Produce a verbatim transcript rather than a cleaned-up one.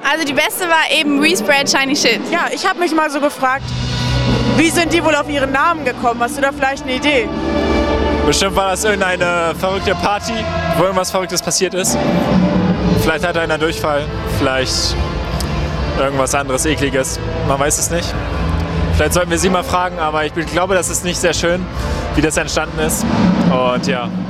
Also die beste war eben We Spread Shiny Shit. Ja, ich habe mich mal so gefragt, wie sind die wohl auf ihren Namen gekommen? Hast du da vielleicht eine Idee? Bestimmt war das irgendeine verrückte Party, wo irgendwas Verrücktes passiert ist. Vielleicht hat einer Durchfall, vielleicht irgendwas anderes Ekliges. Man weiß es nicht. Vielleicht sollten wir sie mal fragen, aber ich glaube, das ist nicht sehr schön, wie das entstanden ist. Und ja.